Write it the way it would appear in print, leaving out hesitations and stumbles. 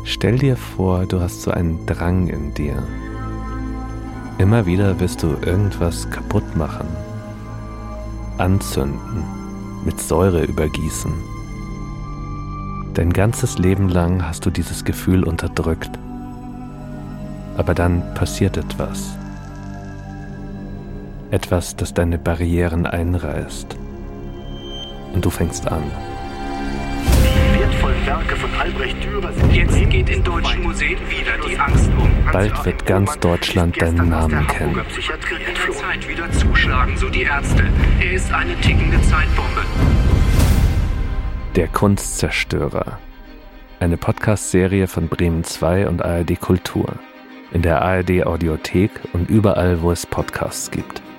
Stell dir vor, du hast so einen Drang in dir. Immer wieder wirst du irgendwas kaputt machen, anzünden, mit Säure übergießen. Dein ganzes Leben lang hast du dieses Gefühl unterdrückt. Aber dann passiert etwas. Etwas, das deine Barrieren einreißt. Und du fängst an. Die wertvollen Werke von Albrecht Dürer sind jetzt geht in deutschen Museen wieder die Angst um. Bald wird ganz Deutschland deinen Namen kennen. In der Zeit wieder zuschlagen, so die Ärzte. Er ist eine tickende Zeitbombe. Der Kunstzerstörer. Eine Podcast-Serie von Bremen 2 und ARD Kultur. In der ARD Audiothek und überall, wo es Podcasts gibt.